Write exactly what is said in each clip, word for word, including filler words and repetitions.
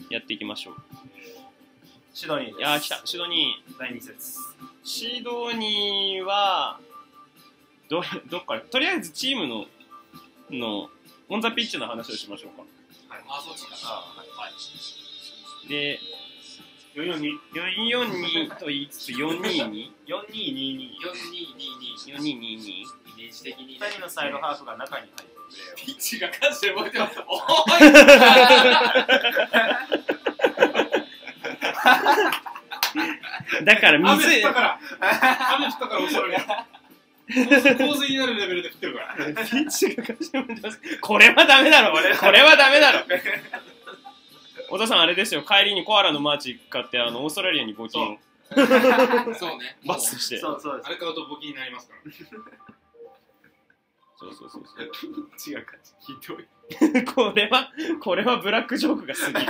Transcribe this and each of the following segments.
やっていきましょう。 シドニーです。 いやー来た、シドニーだいに節。 シドニーはどどっからとりあえずチームののオンザピッチの話をしましょうか。 はい、あ、そっちか。あ、はい。はい、 で、 よんよんに。 よんよんにと言いつつよんにによんににに。 よんににに。 よんににに。 イメージ的に。 ふたりのサイドハーフが中に入ってくれよ。 ピッチが感謝覚えてます。おーいだから水雨降ったから雨降ったからオーストラリア洪水になるレベルで降ってるからピッチが感謝覚えてます。これはダメだろ、これはダメだろ。お父さんあれですよ、帰りにコアラのマーチ買ってあのオーストラリアに募金をそうね。 バスして。 そうそうです。 あれ買うと募金になりますからそうそうそうそう。 違う感じ。ひどい。 これはこれはブラックジョークが過ぎる。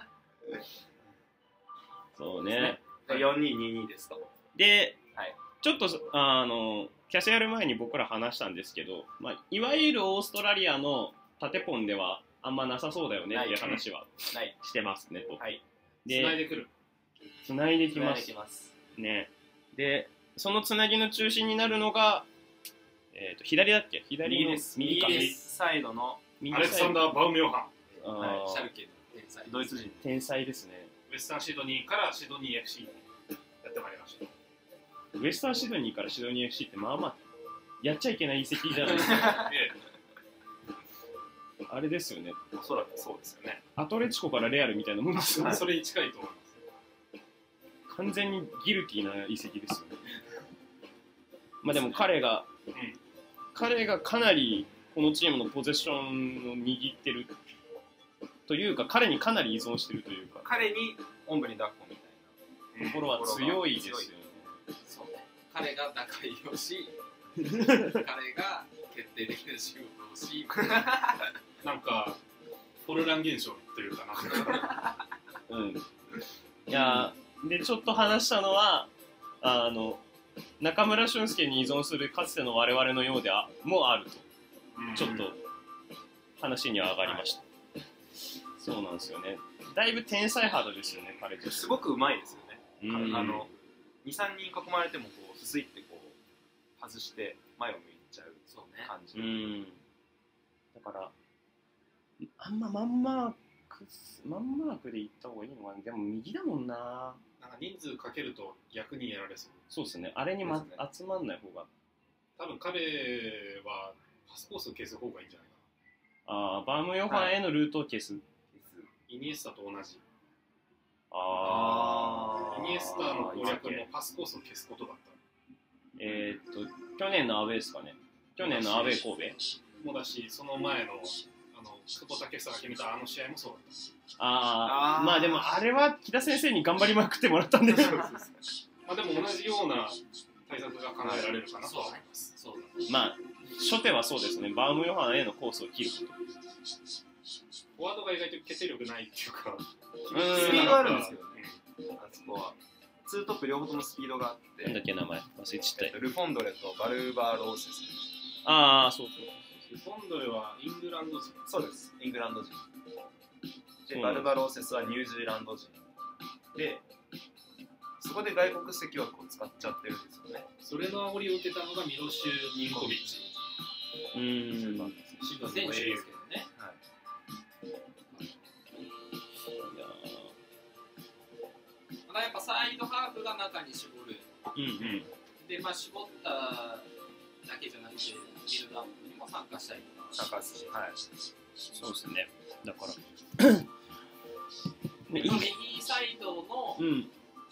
そうね。 よんにににですと。 で、 はい、 ちょっとあのキャスやる前に僕ら話したんですけど、まあ、いわゆるオーストラリアの縦ポンではあんまなさそうだよねっていう話はしてますねと。 はい、 で、 繋いでくる。 繋いできます。 繋いできますね。で、そのつなぎの中心になるのが、えー、と左だっけ？左の右です。 右か。 右サイドのアレクサンダー・バウムヨハン。 あーシャルケの天才。 ドイツ人。 天才ですね。 ウェスタンシドニーからシドニー エフシー にやってまいりました。 ウェスタンシドニーからシドニー エフシー ってまあまあやっちゃいけない遺跡じゃないですか。 えあれですよね。 おそらくそうですよね。 アトレチコからレアルみたいなもんですよえ、 ね。 それに近いと思います。 完全にギルティーな遺跡ですよね。まあでも彼が、 うん、 彼がかなりこのチームのポゼッションを握ってるというか、彼にかなり依存してるというか、 彼におんぶに抱っこみたいなところは強いですよね。 そうね。彼が打開をし、彼が決定的な仕事をし、 なんかフォルラン現象というかな。 うん。いやでちょっと話したのはあの中村俊輔に依存するかつての我々のようであもあると、 うん、 ちょっと話には上がりました。そうなんですよね。だいぶ天才肌ですよね、彼自身。 すごくうまいですよね。 うん、 あのに、さんにん囲まれてもこうすすいってこう外して前を向いちゃう感じ。 うん。だからあんまマンマークマンマークで行った方がいいのかな。でも右だもんな。 なんか人数かけると逆にやられそう。 そうですね。あれに、まね、 集まんない方が。 多分彼はパスコースを消す方がいいんじゃないかな。 ああ、バームヨハンへのルートを消す。 イニエスタと同じ。 ああイニエスタの攻略もパスコースを消すことだった。 えー、っと、去年のアウェーですかね。去年のアウェー神戸もだし、その前のあの久保建英が決めたあの試合もそうだった。 ああ、まあでもあれは木田先生に頑張りまくってもらったんでしょう。 まあでも同じような対策が考えられるかなと思います。 そうだ。 まあ、初手はそうですね。バームヨハンへのコースを切ること。 フォワードが意外と決定力ないっていうか、 スピードあるんですけどね、あそこは。ツートップ両方ともスピードがあって、 なんだっけ名前忘れちゃった。 ルフォンドレとバルバーローセス。 ああ、そうそうルフォンドレはイングランド人。 そうです、イングランド人。で、バルバローセスはニュージーランド人。で、そこで外国籍枠を使っちゃってるんですよね。 それの煽りを受けたのがミロシュ・ニンコビッチ。 うーん。 シドニ選手ーの英雄ですけどね。 はいいやまあやっぱサイドハーフが中に絞る。 うんうん。 で、まあ絞っただけじゃなくて、ビルドアップにも参加したりとか。 参加する。はい。 そうですね。だから。ね、 右サイドの、 うん。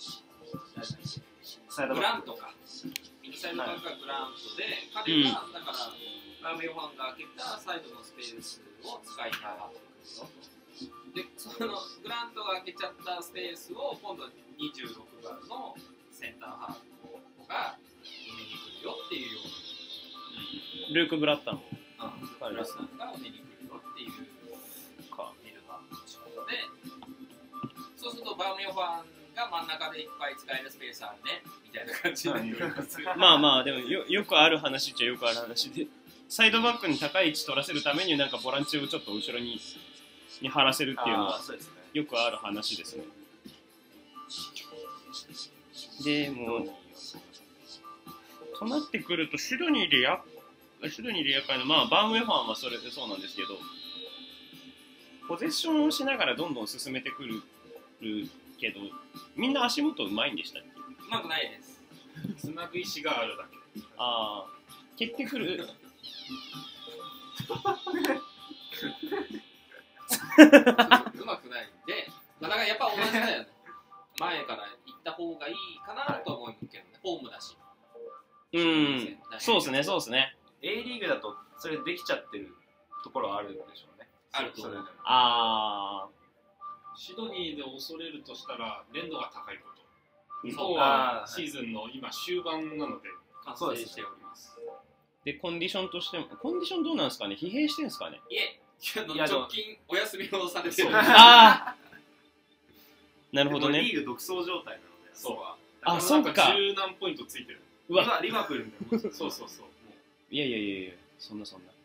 サイドグバック。 ラントか。右サイドバックがグラントで、彼が、だから、ラーメンファンが開けたサイドのスペースを使いながらで、そのグラントが開けちゃったスペースを今度にじゅうろく番のセンターハーフが埋めに来るよっていうような、 ルーク・ブラッタン。 うん、ブラスさんが埋めに来るよっていうかビルドアップの仕事で、そうするとバームヨファンが真ん中でいっぱい使えるスペースあるねみたいな感じになっております。 まあまあでも よ, よくある話っちゃよくある話で、サイドバックに高い位置取らせるためになんかボランチをちょっと後ろにに張らせるっていうのはそうですね。 よくある話ですね。でもうとなってくるとシドニーでやシドニーで厄介な、まあバームウェファンはそれでそうなんですけど、ポゼッションをしながらどんどん進めてくるけど、みんな足元うまいんでしたっけ？ うまくないです。 つなぐ意思があるだけ。 ああ、結局るうまくないんで、まあ、だからやっぱ同じだよね。前から行った方がいいかなと思うけどね、ホームだし。 うん、そうですね、そうですね。 A リーグだとそれできちゃってるところはあるんでしょうね。 あると思う。 ああ。 シドニーで恐れるとしたら連動が高いこと。 そう今日はシーズンの今終盤なので完成しております。 で、コンディションとしても、コンディションどうなんですかね、疲弊してるんですかね。 いえ、直近お休みをされてる。 ああなるほどね。 リーグ独走状態なので、 そうあ、そうか。 十何ポイントついてる。 うわ、 リバプールみたいな。 そうそうそう。 いやいやいやいや、そんなそんな。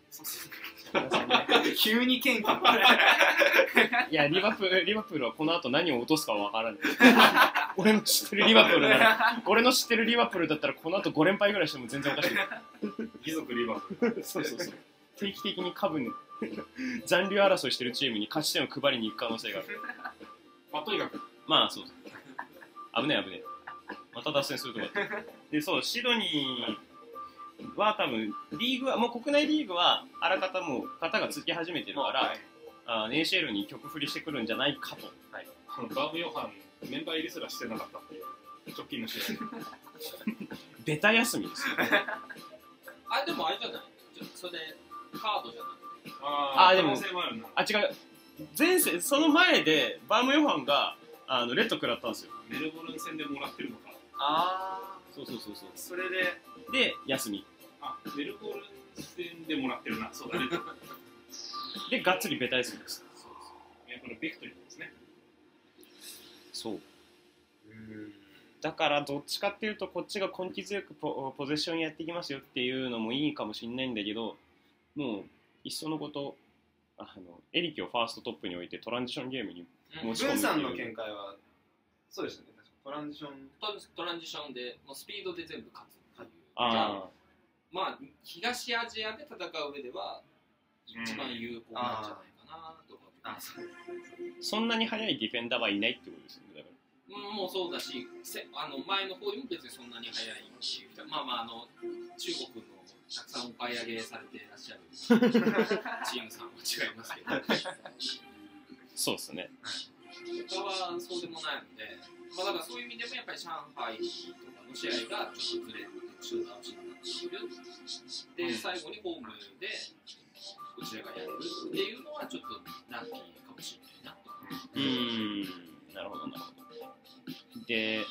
急に謙虚。 いや、リバプール、リバプールはこの後何を落とすかは分からない。俺の知ってるリバプールなら、俺の知ってるリバプールだったらこの後ご連敗ぐらいしても全然おかしい。 貴族リバプール。 そうそうそう。定期的に株の残留争いしてるチームに勝ち点を配りに行く可能性がある。 まあ、とにかく。 まあ、そうそう。危ねえ危ねえ。また脱線するとこだった。で、そう、シドニーは多分、リーグは、もう国内リーグは、あらかたもう、型がつき始めてるから、はい、あ エーシーエル に曲振りしてくるんじゃないかと。 はい、バームヨハン、メンバー入りすらしてなかったっていう、直近の試合。 ベタ休みですよね。 あ、でもあれじゃないそれで、カードじゃないああ、でも、あ、違う。前世、その前で、バームヨハンが、あのレッド食らったんですよ。 メルボルン戦でもらってるのか。 ああ、 そうそうそうそう。 それで、 で、休み。 あ、メルボルン戦でもらってるな。そうだね。 で、がっつりベタ休みです。 そうです。やっぱりビクトリーですね。 そう。うんだからどっちかっていうとこっちが根気強く ポ, ポゼッションやっていきますよっていうのもいいかもしれないんだけど、もういっそのことあのエリキをファーストトップに置いてトランジションゲームに持ち込むっていう。 ブンさんの見解はそうでしたね。トランジショントランジションでもうスピードで全部勝つっていう。 あまあ東アジアで戦う上では一番有効なんじゃないかなと思ってます、 うん、そんなに速いディフェンダーはいないってことですよね。だからもうそうだし、あの前の方にも別にそんなに速いっていう、まあまああの中国のたくさんお買い上げされていらっしゃるチームさんは違いますけどそうですね、 他はそうでもないので、まあ、だからそういう意味でもやっぱり上海とかの試合がちょっとずれて中断しになっているで、最後にホームでこちらがやるっていうのはちょっとラッキーかもしれないなと。 うーん、なるほどなるほど。で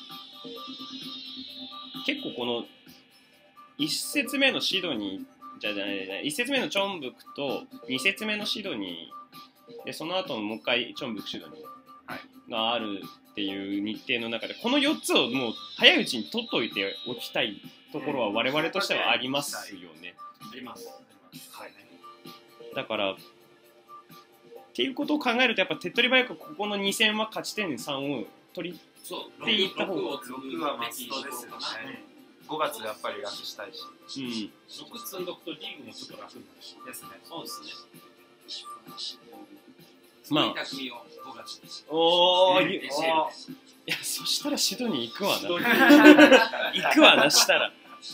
結構このいち節目のシドニーじゃないいち節目のチョンブクとに節目のシドニーでその後もう一回チョンブクシドニーがあるっていう日程の中でこのよっつをもう早いうちに取っといておきたいところは我々としてはありますよね。 あります。 はい。 だからっていうことを考えるとやっぱ手っ取り早くここのに戦は勝ち点さんを取りっていった方がろくはマストですよね。ごがつやっぱり楽したいし、 うん、 ろく積んどくとリーグもちょっと楽になるしですね。 そうですね。 まあ、 ごがつおー、 いやそしたらシドニー行くわな行くわなしたら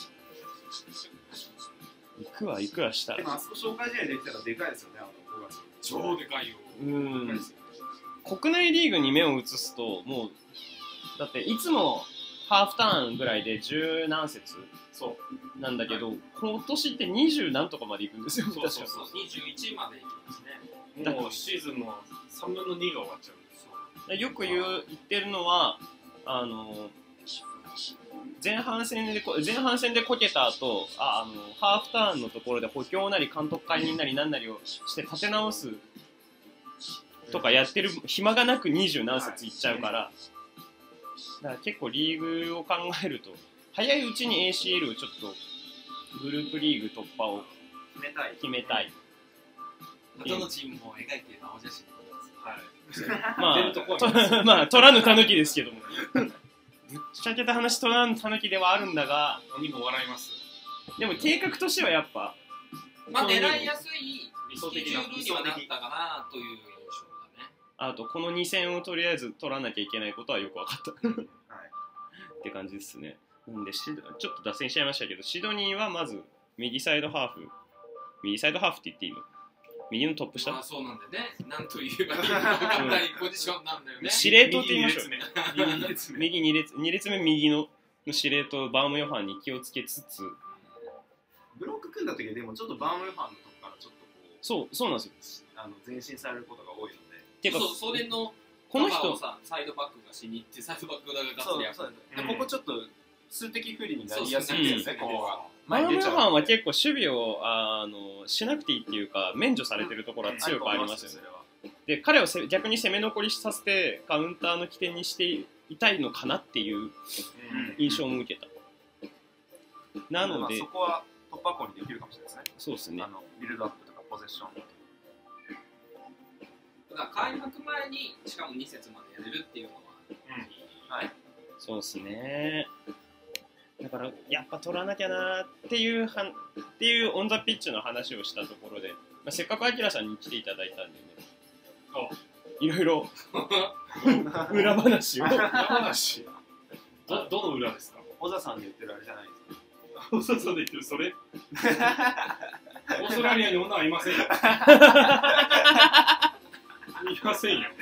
行くわ行くわしたらでもあそこ紹介試合できたらでかいですよね、あのごがつ。 超でかいよ。 うん国内リーグに目を移すともうだっていつもハーフターンぐらいで十何節そうなんだけど、はい、今年って二十何とかまで行くんですよ。 そうそうそうにじゅういちまで行きますね。もうシーズンのさんぶんのにが終わっちゃう。 よく言う言ってるのはあの前半戦で前半戦でこけた後ああのハーフターンのところで補強なり監督解任なり何なりをして立て直すとかやってる暇がなく二十何節いっちゃうから。だから結構リーグを考えると早いうちに エーシーエル をちょっとグループリーグ突破を決めたい決めたいどのチームも描いて青写真です。 はいま出るとこあ、 は見ますとまあ、取らぬ狸ですけども。ぶっちゃけた話、取らぬ狸ではあるんだが、 鬼も笑います。 でも計画としてはやっぱ、 まあ狙いやすい理想的なスケジュールにはなったかなという印象だね。 あとこのに戦をとりあえず取らなきゃいけないことはよく分かったはいって感じですね。なんでシドちょっと脱線しちゃいましたけど、シドニーはまず右サイドハーフ、右サイドハーフって言っていいの？右のトップ下、 まあそうなんでね、なんと言えばいいのか分かんないポジションなんだよね。 司令塔って言いましょう。 右に列目右に列に列目右のの司令塔バームヨハンに気をつけつつ、 ブロック組んだ時はでもちょっとバームヨハンのとこからちょっとこうそうそうなんですよ。 あの前進されることが多いのでてかそうそれのこの人カバーをさサイドバックがしに行ってサイドバックがガッツリやる。 そうでうんここちょっと数的不利になりやすいんですよね、 そうここがバームヨちゃうハンは結構守備をあのしなくていいっていうか免除されてるところは強くありますよね。で彼をせ逆に攻め残りさせてカウンターの起点にしていたいのかなっていう印象も受けた。なので、 そこは突破口にできるかもしれないですね。 そうですねあ。のビルドアップとかポゼッション。 だから開幕前にしかもに節までやれるっていうのは、 はい。 そうですね。だからやっぱ取らなきゃなっていうはんっていうオンザピッチの話をしたところで、まあ、せっかくアキラさんに来ていただいたんでね、いろいろ裏話を。 裏話どどの裏ですか？ 小田さんで言ってるあれじゃないですか。 大沢さんで言ってるそれオーストラリアに女はいませんよ。いませんよ。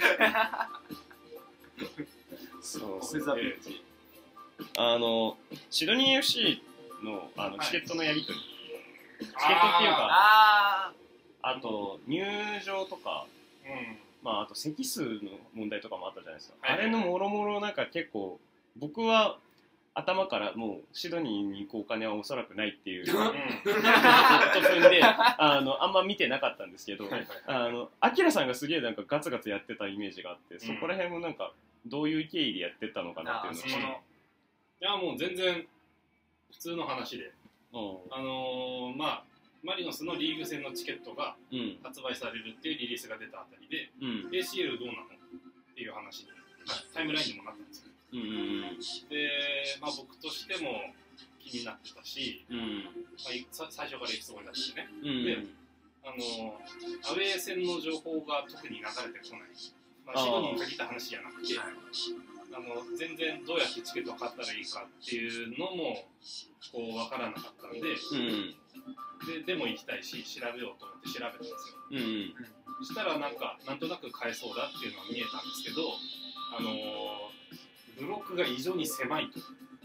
そうオフザピッチ。 あのシドニー エフシー のあのはいチケットのやり取り、チケットっていうかああと入場とか、 うんまあ、あと席数の問題とかもあったじゃないですか、 はいはいあれのもろもろなんか結構僕は頭からもうシドニーに行くお金はおそらくないっていうことうん踏んであのあんま見てなかったんですけど、 はいはいあのアキラさんがすげえなんかガツガツやってたイメージがあって、そこら辺もなんかどういう経緯でやってったのかなっていうのをあーそこのいやもう全然普通の話で、 うあのー、まあマリノスのリーグ戦のチケットがんうん発売されるっていうリリースが出たあたりで、 うんエーシーエル どうなのっていう話にタイムラインにもなったんですよ。 うんうんで、まあ、僕としても気になってたし、 うんまあ、いさ最初から行くつもりだったしね、 うんであのー、アウェー戦の情報が特に流れてこない、まあ、 あーシドニーに限った話じゃなくて、あの全然どうやってチケットを買ったらいいかっていうのもこう分からなかったんで、 うんででも行きたいし調べようと思って調べたんですよ。 うんそしたらなんかなんとなく買えそうだっていうのが見えたんですけど、あのーブロックが異常に狭いと。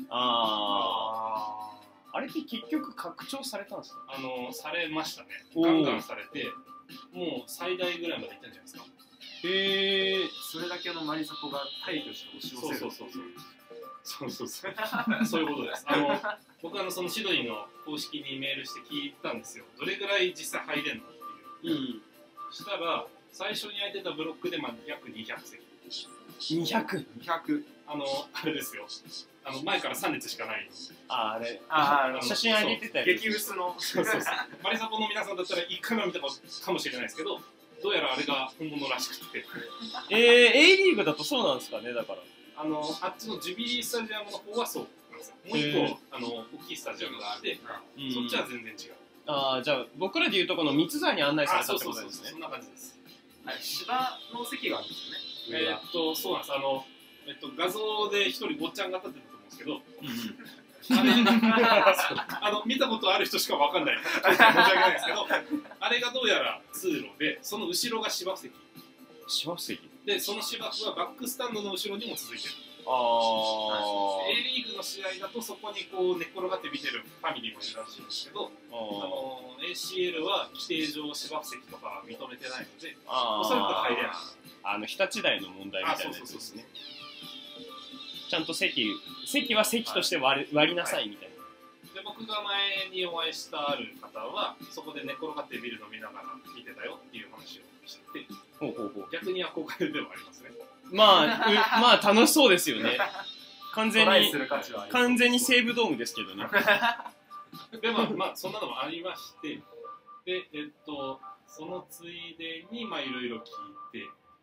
ああああれって結局拡張されたんですか？ あのーされましたね。 おーガンガンされて、もう最大ぐらいまで行ったんじゃないですか。 へえーそれだけのマリサポが大挙して押し寄せる。 そうそうそうそうそうそうそういうことです。あの僕はあのそのシドニーの公式にメールして聞いたんですよ。どれぐらい実際入れんのっていう。 うんそしたら最初に空いてたブロックでまあ約にひゃく席。 にひゃくにひゃく。 あのあれですよ。あの前からさん列しかない。 ああれああ写真上げてたやつ激薄の。 そうそうそう。マリサポの皆さんだったらいっかいめは見たかもしれないですけど、どうやらあれが本物らしくて、 えー、A リーグだとそうなんですかね。だからあのあっちのジュビリースタジアムの方はそうなんですよ。もう一へー個あの大きいスタジアムがあって、 うんそっちは全然違う。 ああじゃあ僕らでいうとこの三つ座に案内されたってあそうそうそうことですねそんな感じです。 はい芝の席があるんですよね。上がえーっとそうなんです。あのえっと画像で一人坊ちゃんが立ってたと思うんですけど、あれあの見たことある人しかわかんない。申し訳ないですけど、あれがどうやら通路で、その後ろが芝生席芝生席で、その芝生はバックスタンドの後ろにも続いてる。 あ A リーグの試合だとそこにこう寝っ転がって見てるファミリーもいるらしいんですけど、あの エーシーエル は規定上芝生席とかは認めてないので、 あおそらく入れない。 あの日立大の問題みたいなやつあそうそうそうですね。ちゃんと席席は席として割り割りなさいみたいな。 で僕が前にお会いしたある方はそこで寝転がってビール飲みながら聞いてたよっていう話をしてて、 ほうほうほう。 逆に憧れではありますね。 まあうまあ楽しそうですよね。完全にトライする価値はありそう完全に西武ドームですけどね。 でまあまあそんなのもありまして、でえっとそのついでにまあいろいろ聞いて、あ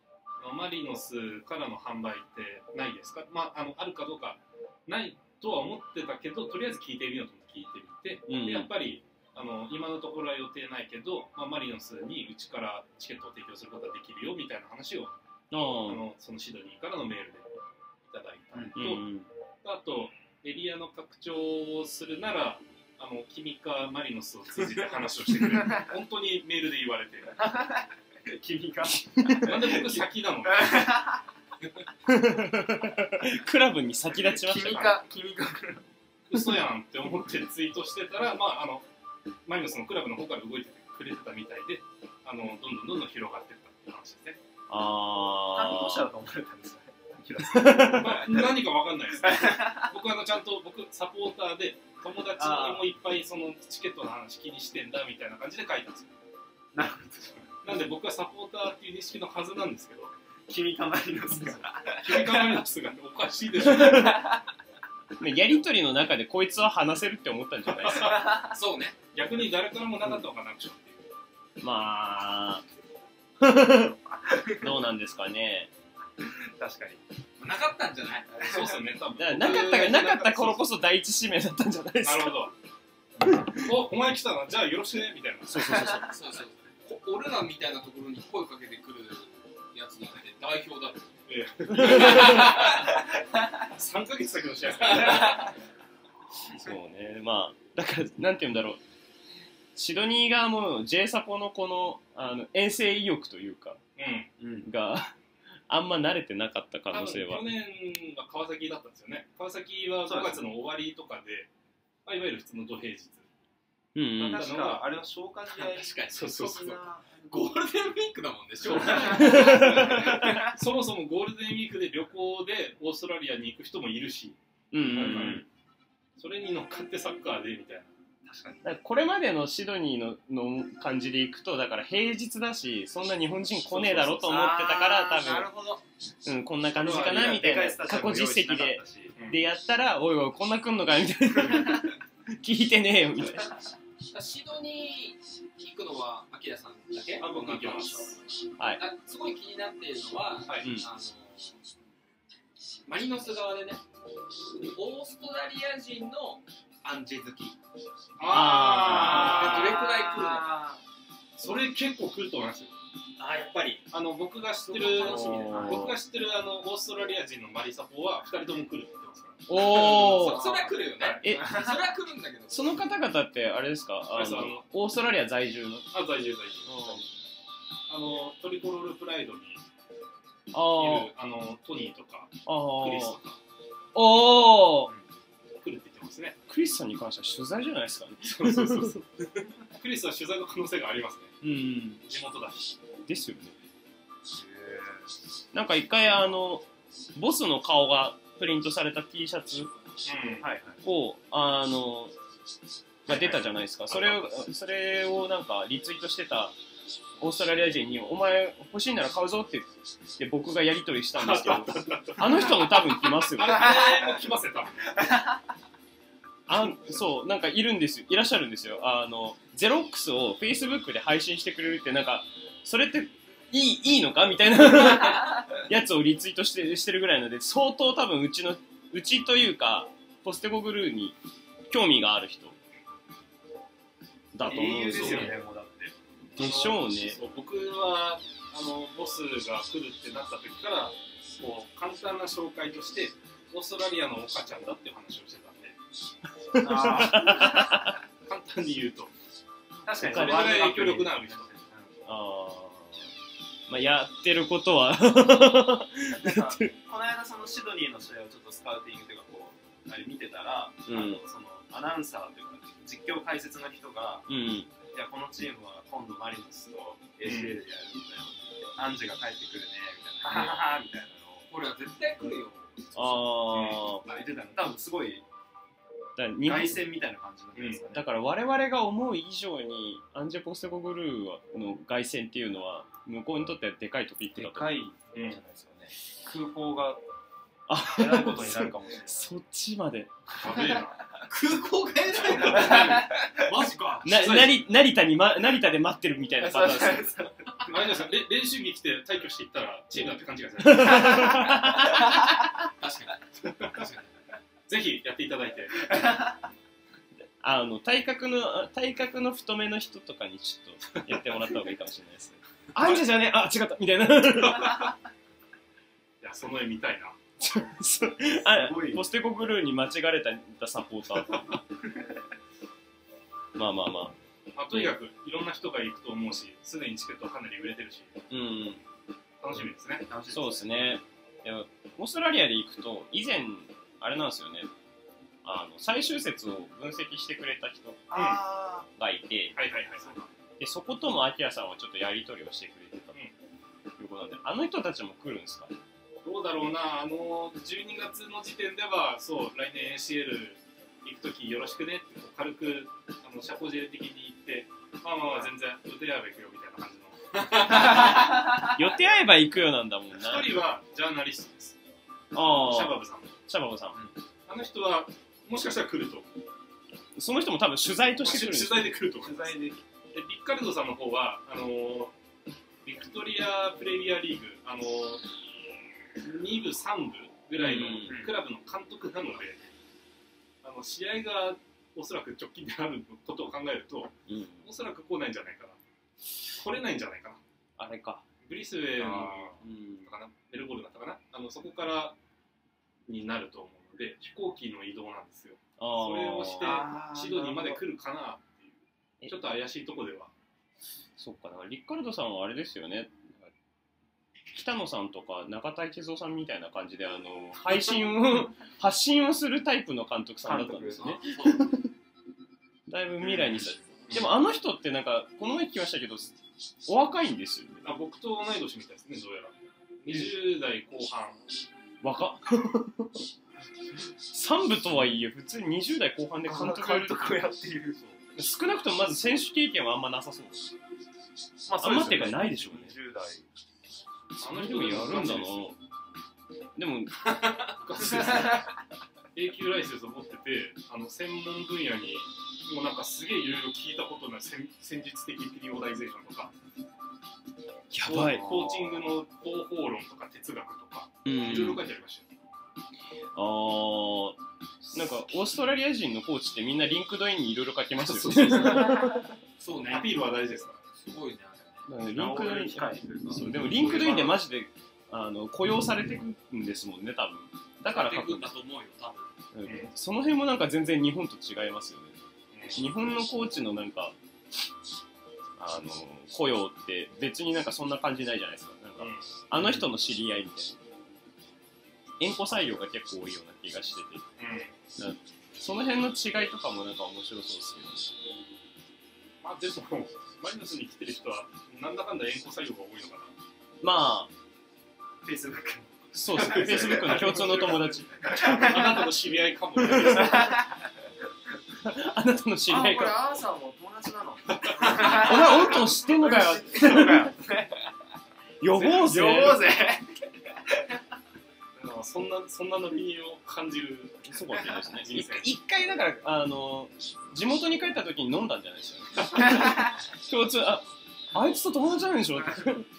あのマリノスからの販売ってないですか、まあ、あのあるかどうかないとは思ってたけど、とりあえず聞いてみようと思って聞いてみて、 うん、 でやっぱりあの今のところは予定ないけど、まあ、マリノスにうちからチケットを提供することができるよみたいな話をあのそのシドニーからのメールでいただいたのと、 うんうん、 あとエリアの拡張をするならあの君かマリノスを通じて話をしてくれる本当にメールで言われて君がなんで僕先なのクラブに先立ちました君か君か嘘やんって思ってツイートしてたら、まあ、あのマリノスのクラブの方から動いてくれてたみたいで、あのどんどんどんどん広がっていったっていう話ですね。 あ担当者だと思われたんですよね。 まあ、何かわかんないですけど僕はあのちゃんと僕サポーターで友達にもいっぱいそのチケットの話気にしてんだみたいな感じで書いたんですよ。 なるほど。 なんで僕はサポーターっていう認識のはずなんですけど、 君かマリノスが君かマリノスがおかしいでしょやりとりの中でこいつは話せるって思ったんじゃないですかそうね。 逆に誰からもなかったのかなくしょっていう。 まあどうなんですかね。 確かになかったんじゃない？ そうっすよね、多分。 だからなかったがなかった頃こそ第一指名だったんじゃないですか。 なるほど。お、お前来たな、じゃあよろしくねみたいな。 そうそうそうそうそうそう。俺らみたいなところに声かけてくるやつなんて代表だろ。 ええ、さんかげつ先の試合ですからね。 そうね、まあだからなんて言うんだろう、シドニー側も J サポのこのあの遠征意欲というか、 うん、 があんま慣れてなかった可能性は。 去年は川崎だったんですよね。川崎はごがつの終わりとかで、まあ、いわゆる普通の土平日。 うんうん、 確かあれは消化試合。 確かにそうそうそう。 ゴールデンウィークだもんね。消化そもそもゴールデンウィークで旅行でオーストラリアに行く人もいるし、 うんうんうん、 それに乗っかってサッカーでみたいな。 確かに。 だからこれまでのシドニー の, の感じでいくと、だから平日だしそんな日本人来ねえだろと思ってたから多分、 なるほど、 うん、こんな感じかなみたいな過去実績で、でやったらおいおいこんな来んのかみたいな聞いてねえよみたいな。 シドニー行くのはアキラさんだけ？ あ、僕行きましょう。はい。すごい気になっているのは、はい、あのマリノス側でね、オーストラリア人のアンジェ好き。 ああ。どれくらい来るのか。 それ結構来ると思いますよ。 あ、やっぱり。 あの僕が知ってる僕が知ってるあのオーストラリア人のマリサポはふたりとも来るって言ってますから。 おお。 それは来るよね。 え、 それは来るんだけど。 その方々ってあれですか？あのオーストラリア在住の。 あ、在住在住。あのトリコロールプライドにいるああのトニーとかクリスとか。 おお。 来るって言ってますね。 クリスさんに関しては取材じゃないですかね。 そうそうそうそう。クリスは取材の可能性がありますね。 うん。 地元だし。 ですよね。なんか一回あのボスの顔がプリントされた T シャツを、うん、あのが出たじゃないですか。それをそれをなんかリツイートしてたオーストラリア人に「お前欲しいなら買うぞ」って言って僕がやり取りしたんですけど、あの人も多分来ますよ。 あれも来ますよ多分。 あ、そうなんかいるんですよ、いらっしゃるんですよ。あのゼロックスを Facebook で配信してくれるって、なんかそれっていいいいのかみたいなやつをリツイートしてしてるぐらいなので、相当多分うちのうちというかポステゴグルーに興味がある人だと思うんですよね。でしょうね。 そう、僕はあのボスが来るってなった時からこう簡単な紹介としてオーストラリアの岡ちゃんだっていう話をしてたんであ簡単に言うと確かにそれぐらい影響力のある人。 あまあ、やってることはなんかこの間そのシドニーの試合をちょっとスカウティングというかこうあれ見てたら、うん、あのそのアナウンサーというか実況解説の人が、うん、いやこのチームは今度マリノスと エーシーエル でやるんだよ、うん、アンジェが帰ってくるねみたいなハハハみたいなのを俺は絶対来るよああ、言ってたの多分すごい凱旋みたいな感じなんですかね、 うん、だから我々が思う以上にアンジェポステゴグルーの凱旋っていうのは向こうにとってはでかいトピックだと思う。 でかいんじゃないですよね、うん、空港がえらいことになるかもしれないそっちまでやべえな空港帰らないからマジかな成成田に、ま、成田で待ってるみたいなパターンですよ。 あれですか、練習着着て退去していったらチームだって勘違いされる。 確かに確かにぜひやっていただいて。 あの体格の体格の太めの人とかにちょっとやってもらった方がいいかもしれないですね。あんじゃじゃねあ違ったみたいな。 いやその絵見たいな。 あポステコグルーに間違われたサポーター。まあまあまあ。 まあ、とにかくいろんな人が行くと思うし、すでにチケットかなり売れてるし、 うん、 楽しみですね。楽しみですね。 そうですね。いやオーストラリアで行くと以前あれなんですよね。あの最終節を分析してくれた人がいて、 はいはいはい。 でそこともアキラさんはちょっとやり取りをしてくれてたということなんで、あの人たちも来るんですか？ どうだろうな。あのじゅうにがつの時点ではそう来年 エーシーエル 行くときよろしくねって軽くあの社交辞令的に言って、まあまあまあ全然予定合えば行くよみたいな感じの。 予定合えば行くよなんだもんな。 一人はジャーナリストです。 ああ。 シャバブさん。 シャバブさん。 あの人はもしかしたら来ると。 その人も多分取材として来るんです。 取材で来ると思います。 取材で。 でリッカルドさんの方はあのビクトリアプレミアリーグあのに部さん部ぐらいのクラブの監督なので、あの試合がおそらく直近であることを考えると、うん、おそらく来ないんじゃないかな、来れないんじゃないかな。 あれかブリスベンとかな、メルボルンだったかな、あのそこからになると思うので飛行機の移動なんですよ。それをしてシドニーまで来るかなっていうちょっと怪しいとこでは。 そっか、だからリッカルドさんはあれですよね、北野さんとか中田一三さんみたいな感じであの配信を発信をするタイプの監督さんだったんですね。だいぶ未来にさ、でもあの人ってなんかこの前聞きましたけどお若いんですよね。 あ、僕と同い年みたいですね、どうやら。にじゅう代後半。 若っ。さん部とはいえ普通ににじゅう代後半で監督やるをやっている。 少なくともまず選手経験はあんまなさそうです。まあ、あんまっていうかないでしょうね。 にじゅう代。 あの人がやるんだな。でも永久ライセンスを持ってて、あの専門分野にもうなんかすげえいろいろ聞いたことない戦術的ピリオダイゼーションとか、 やばいコーチングの方法論とか哲学とかいろいろ書いてありましたよ。 あー、なんかオーストラリア人のコーチってみんなリンクドインにいろいろ書きますよね。 そうね、アピールは大事ですから。 すごいね。 リンクドインそうでもリンクドインでマジであの雇用されていくんですもんね、多分。だから書くんだと思うよ、多分。うん、その辺もなんか全然日本と違いますよね。うん、日本のコーチのなんかあの雇用って別になんかそんな感じないじゃないですか。なんか、うん、あの人の知り合いみたいな。縁故採用が結構多いような気がしてて、うん、その辺の違いとかもなんか面白そうですけどね。 まあでもマリノスに来てる人はなんだかんだ縁故採用が多いのかな。 まあフェイスブックそうですね、フェイスブックの共通の友達。 あなたの知り合いかもしれないです。 あなたの知り合いかも。 あ、これアーサーも友達なの。 お前オントン知ってんのかよ。呼ぼうぜ。 呼ぼうぜ。 そんなそんなの身を感じる。 そうかもしれないですね。一回だからあの地元に帰った時に飲んだんじゃないですかね。共通ああいつと友達なんでしょって。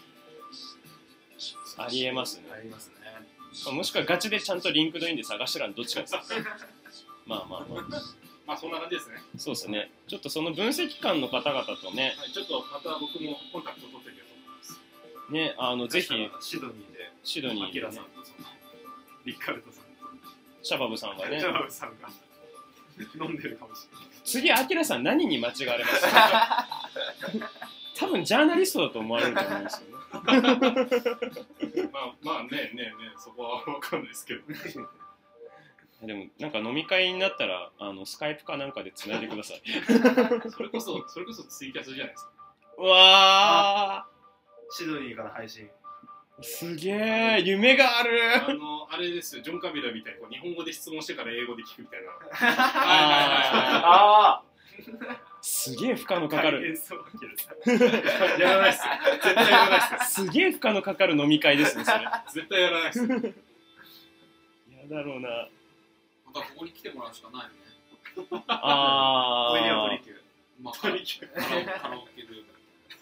ありえますね。 ありますね。 もしくはガチでちゃんとリンクドインで探してらんどっちかです。まあまあまあ。 まあそんな感じですね。 そうですね。ちょっとその分析官の方々とね、 はい、ちょっとまた僕もコンタクト取ってみようと思います。 ね、あのぜひシドニーでシドニーで、ね、 アキラさんとそのリッカルドさんとシャバブさんがね、 シャバブさんが飲んでるかもしれない。 次アキラさん何に間違われますか？多分ジャーナリストだと思われると思うんですよね。 まあまあねねねそこは分かんないですけど。 でもなんか飲み会になったらあのスカイプかなんかでつないでください。 それこそそれこそツイキャスじゃないですか。 うわー、シドニーから配信。 すげえ夢がある。 あのあれですよ、ジョン・カビラみたいにこう日本語で質問してから英語で聞くみたいな。 ああ。すげえ負荷のかかる。 やらないっすよ。絶対やらないっすよ。 すげえ負荷のかかる飲み会ですね、それ。 絶対やらないっすよ。 やだろうな。 またここに来てもらうしかないよね。 あおいでよトリキュー。 まあ、カラオケカラオケルーム。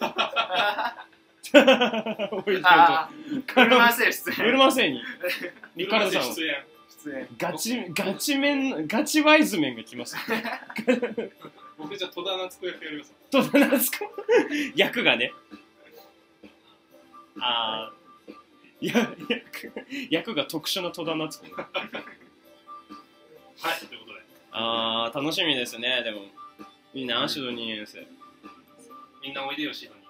おいでよああ、ウルマセイ出ウル演。 マセイにリカルドさん出演。 出演。 ガチガチ面ガチワイズ面が来ます僕じゃあ戸田夏子役やります。 戸田夏子役がねああいや役役が特殊な戸田夏子はい、ということで。 ああ楽しみですね。でもいいなシドニー遠征。 みんなおいでよシドニー。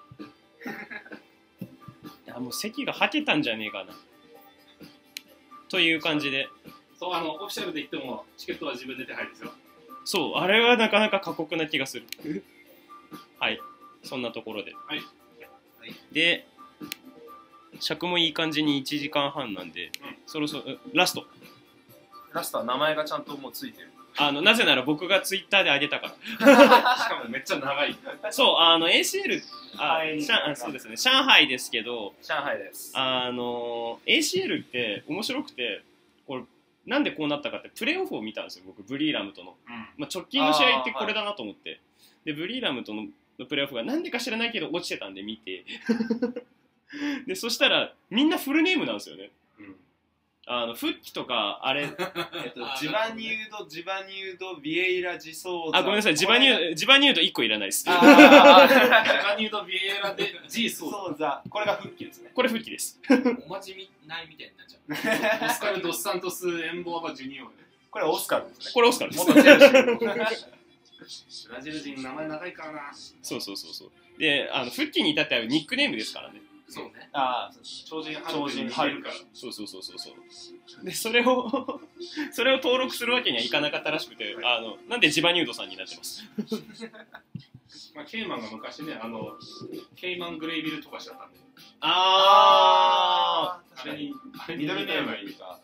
いやもう席がはけたんじゃねえかなという感じで、 そう、あのオフィシャルで言ってもチケットは自分で手配ですよ。 そうあれはなかなか過酷な気がするはいそんなところで、 はい、 で尺もいい感じにいちじかんはんなんで、うん、そろそろラストラストは名前がちゃんともうついてる。 あのなぜなら僕がツイッターで上げたからしかもめっちゃ長い。 そうあの エーシーエル あ、 はい、 あそうですね上海ですけど上海です。 あの エーシーエル って面白くてこれなんでこうなったかってプレーオフを見たんですよ僕ブリーラムとの、 うんまあ、直近の試合ってこれだなと思って、はい、でブリーラムとのプレーオフがなんでか知らないけど落ちてたんで見てでそしたらみんなフルネームなんですよね、うん、あのフッキとかあれえっとジバニュードジバニュードビエイラジソーザ。 あごめんなさいジバニュージバニュードいっこいらないです。ジバニュードビエイラでジソーザ。これがフッキですね。 これフッキです。 おまじないみたいになっちゃう。オスカル・ドス・サントス・エンボアバ・ジュニオール。 これオスカルですね。 これオスカルです。 元チェルシー。 ブラジル人名前長いからな。 そうそうそうそう。であのフッキに至ってはニックネームですからね。 そうね。 ああ、 超人超人入るから。そうそうそうそうそう。でそれをそれを登録するわけにはいかなかったらしくて、あのなんでジバニュードさんになってます。 まあケイマンが昔ねあのケイマングレイビルとかしちゃったんで。 ああ。あれにミドルネームがいいか。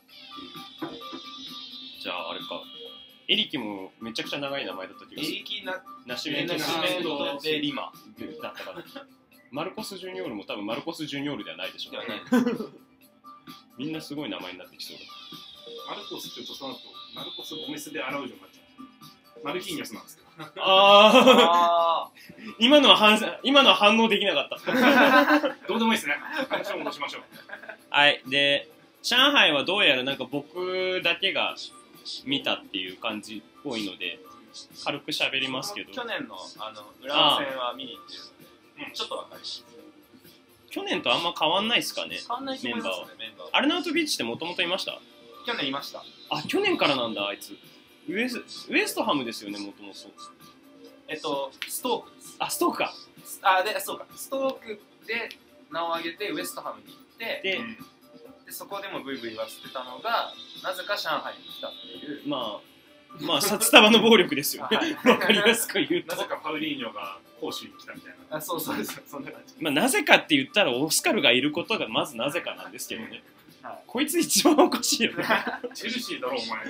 じゃああれか。エリキもめちゃくちゃ長い名前だった気がする。 エリキナナシメントでリマだったから。マルコス・ジュニオールも多分マルコス・ジュニオールではないでしょう、ね、みんなすごい名前になってきそうだ。 マルコスって言うとその後マルコス・ゴメスでアラウジョになっちゃう。マルキーニョスなんですけど。 ああ今のは反今のは反応できなかった。 どうでもいいですね。話を戻しましょう。 はいで上海はどうやらなんか僕だけが見たっていう感じっぽいので軽く喋りますけど。 去年のあの浦和戦は見に行ってるので。ちょっとわかります。 去年とあんま変わんないですかね。 変わんないメンバーは。アルナウトビーチってもともといました？ 去年いました。 あ、去年からなんだあいつ。ウエスウエストハムですよねもともと。 えっとストークです。 あストークか。 あでそうかストークで名を挙げてウエストハムに行ってで、 うん、でそこでもブイブイ言わせてたのがなぜか上海に来たっていう。 まあまあ札束の暴力ですよね。わかりやすく言うと。 なぜかパウリーニョが攻守に来たみたいな。 あそうそうですそんな感じ。 まあなぜかって言ったらオスカルがいることがまずなぜかなんですけどね。 はい、 こいつ一番おかしいよね。 チェルシーだろお前。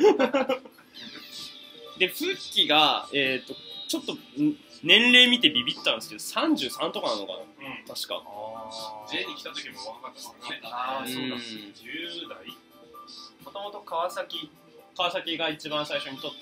でフッキがえっ、ー、とちょっと年齢見てビビったんですけどさんじゅうさんとかなのかな、うん、確か。 J に来た時も若かったですからね。 ああそうだ。 じゅう代。 もともと川崎川崎が一番最初に取って、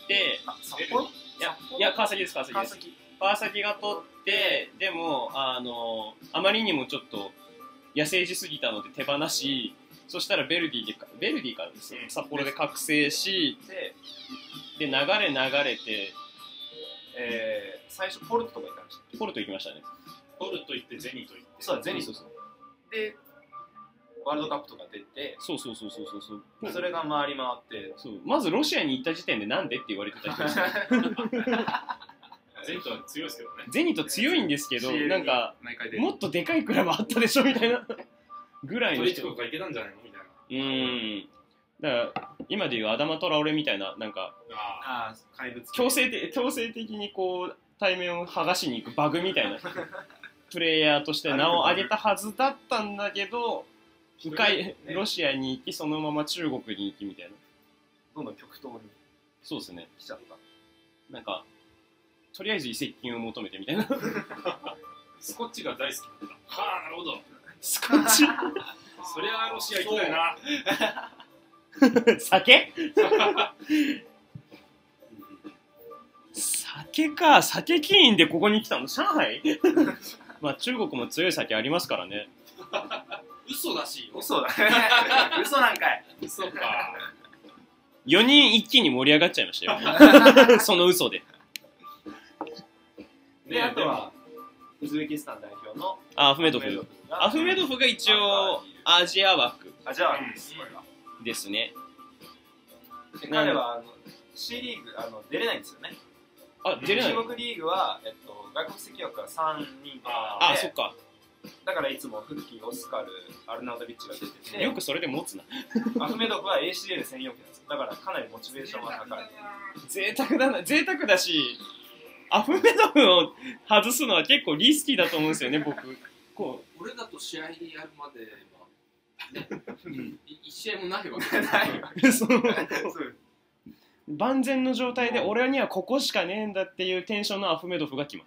あ札幌？いやいや川崎です川崎です。川崎が取ってでもあのあまりにもちょっと野生児すぎたので手放し、そしたらベルディでベルディからですね、札幌で覚醒しで流れ流れて、 えー、最初ポルトとか行ったんでしたっけ？ ポルト行きましたね。 ポルト行ってゼニト行って。 そうだゼニトでワールドカップとか出て、 そうそうそうそうそうそうそれが回り回ってそうまずロシアに行った時点でなんでって言われてた人ですよ。 ゼニトは強いですけどね。 ゼニト強いんですけどなんかもっとでかいクラブあったでしょみたいなぐらいの人。 トリチコがいけたんじゃないのみたいな。 うんだから今でいうアダマトラオレみたいななんかあ怪物強制的強制的にこう対面を剥がしに行くバグみたいなプレイヤーとして名を挙げたはずだったんだけど。深いロシアに行きそのまま中国に行きみたいな。 どんどん極東にそうですね来ちゃった。 なんかとりあえず移籍金を求めてみたいな。 スコッチが大好きだった。はあなるほど。 スコッチそりゃロシア行きたいな。 酒酒か、酒起因でここに来たの上海まあ中国も強い酒ありますからね。 嘘だし嘘だ嘘なんかい。 嘘か。 よにん一気に盛り上がっちゃいましたよその嘘で。 で、あとはウズベキスタン代表のアフメドフ。アフメドフが一応アジア枠アジア枠です、これが。 ですね。 で彼はあの C リーグあの出れないんですよね。 あ、出れない。 中国リーグは、えっと、外国籍枠からさんにんとかああ、そっか。 だからいつもフッキー、オスカル、アルナウドビッチが出てて、 よくそれで持つな。 アフメドフは エーシーエル 専用機なんですよ。だからかなりモチベーションが高い。 贅沢だな、贅沢だし、アフメドフを外すのは結構リスキーだと思うんですよね、僕。こう俺だと試合やるまでは、ね、一試合もないわけないわけ。そう万全の状態で俺にはここしかねえんだっていうテンションのアフメドフが来ます。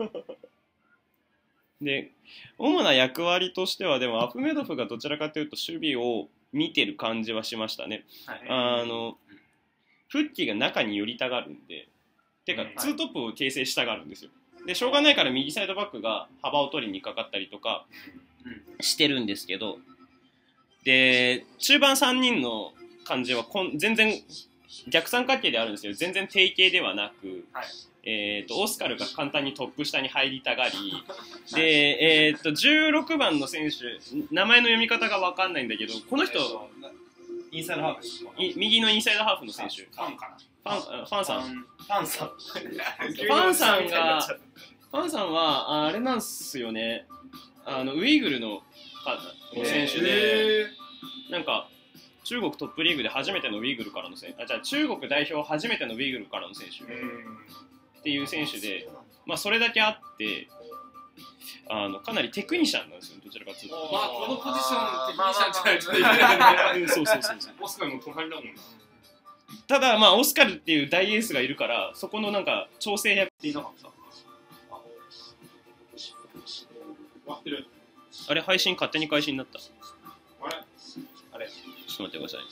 で、主な役割としてはでもアフメドフがどちらかというと守備を見てる感じはしましたね。はい、あのフッキーが中に寄りたがるんで、てか、はい、ツートップを形成したがるんですよ。でしょうがないから右サイドバックが幅を取りにかかったりとかしてるんですけど、で中盤さんにんの感じはこん全然逆三角形であるんですよ。全然定型ではなく、はい、えー、とオスカルが簡単にトップ下に入りたがりで、えー、とじゅうろくばんの選手、名前の読み方が分かんないんだけど、この人、 インサイドハーフです。 右のインサイドハーフの選手、 ファンかな、ファン、ファンさん、ファンさん、 ファンさんが、ファンさんはあれなんすよね、あのウイグルの選手で、なんか中国トップリーグで初めてのウイグルからの選手、あ、じゃあ中国代表初めてのウイグルからの選手っていう選手で、まあそれだけあってあのかなりテクニシャンなんですよ、どちらかというと。 まあこのポジションテクニシャンじゃないといけないね。 そうそうそうそう。 オスカルの隣だもんな。 ただまあオスカルっていう大エースがいるからそこのなんか調整役っていなかった。 終わってる。 あれ配信勝手に開始になった。 あれあれちょっと待ってください。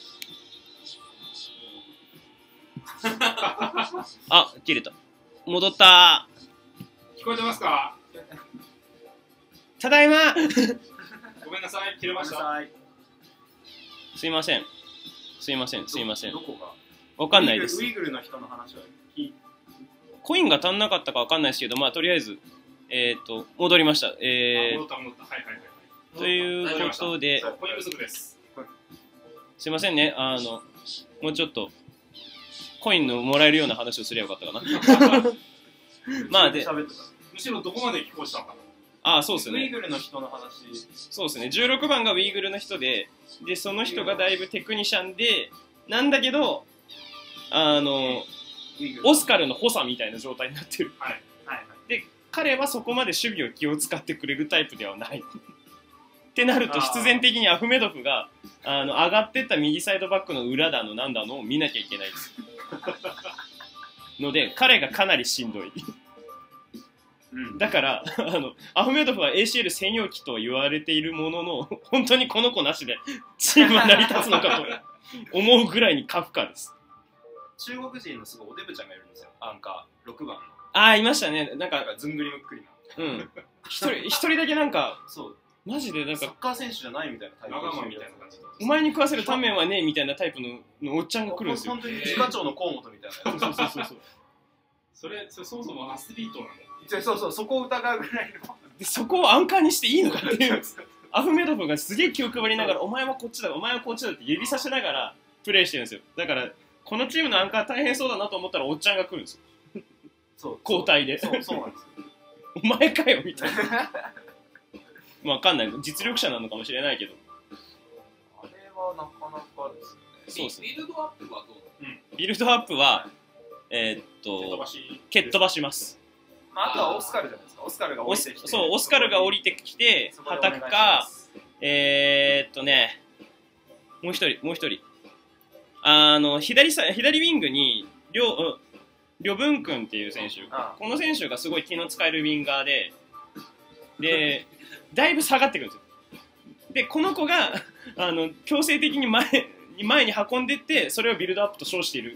あ、切れた。戻ったー。聞こえてますか？ ただいまごめんなさい、切れました。 すいません。すいません、すいません。 どこが？ わかんないです。 ウイグルの人の話はコインが足んなかったかわかんないですけど、まあとりあえず、えっと、戻りました。えー、 戻った戻った。はいはいはい。 ということで、 コイン不足です。 すいませんね、あの、もうちょっと、コインのもらえるような話をすればよかったかな。まあで、 むしろどこまで聞こえしたのかな。 ああ、そうですね。 ウイグルの人の話。 そうですね。じゅうろくばんがウイグルの人で、で、その人がだいぶテクニシャンで、なんだけど、あの、オスカルの補佐みたいな状態になってる。 はい。はい。 で、彼はそこまで守備を気を使ってくれるタイプではない。ってなると、必然的にアフメドフが、あの、上がってった右サイドバックの裏だの、なんだのを見なきゃいけないです。ので、彼がかなりしんどい。うん、だからあのアフメドフは エーシーエル 専用機と言われているものの本当にこの子なしでチームは成り立つのかと思うぐらいにカフカです。 中国人のすごいおデブちゃんがいるんですよ、アンカーろくばんの。 ああ、いましたね。なんかずんぐりむっくりな。 うん一人一人だけなんかそうマジでなんかサッカー選手じゃないみたいなタイプ。 ラガマンみたいな感じ。 お前に食わせるタンメンはねえみたいなタイプ の, のおっちゃんが来るんですよ。 本当に自家長の河本みたいな。 そうそうそうそう。 それそれそもそもアスリートなの？ そうそう、そこを疑うぐらいの。 でそこをアンカーにしていいのかっていうアフメドフがすげえ気を配りながらお前はこっちだお前はこっちだって指さしながらプレーしてるんですよ。だからこのチームのアンカー大変そうだなと思ったらおっちゃんが来るんですよ。そう交代で。 そうそうなんですよ。 お前かよみたいな。まあ分かんない、実力者なのかもしれないけど、 あれはなかなかですね。 そうですね。 ビルドアップはどう？ うん、ビルドアップはえー、っと蹴っ飛ばします。 まあ、あとはオスカルじゃないですか。オスカルが降りてきて、 そうオスカルが降りてきてはたくか、えー、っとねもう一人もう一人あの左さ左ウィングにリョリョブン君っていう選手、ああこの選手がすごい気の使えるウィンガーででだいぶ下がってくるんですよ。でこの子があの強制的に前に前に運んでいってそれをビルドアップと称している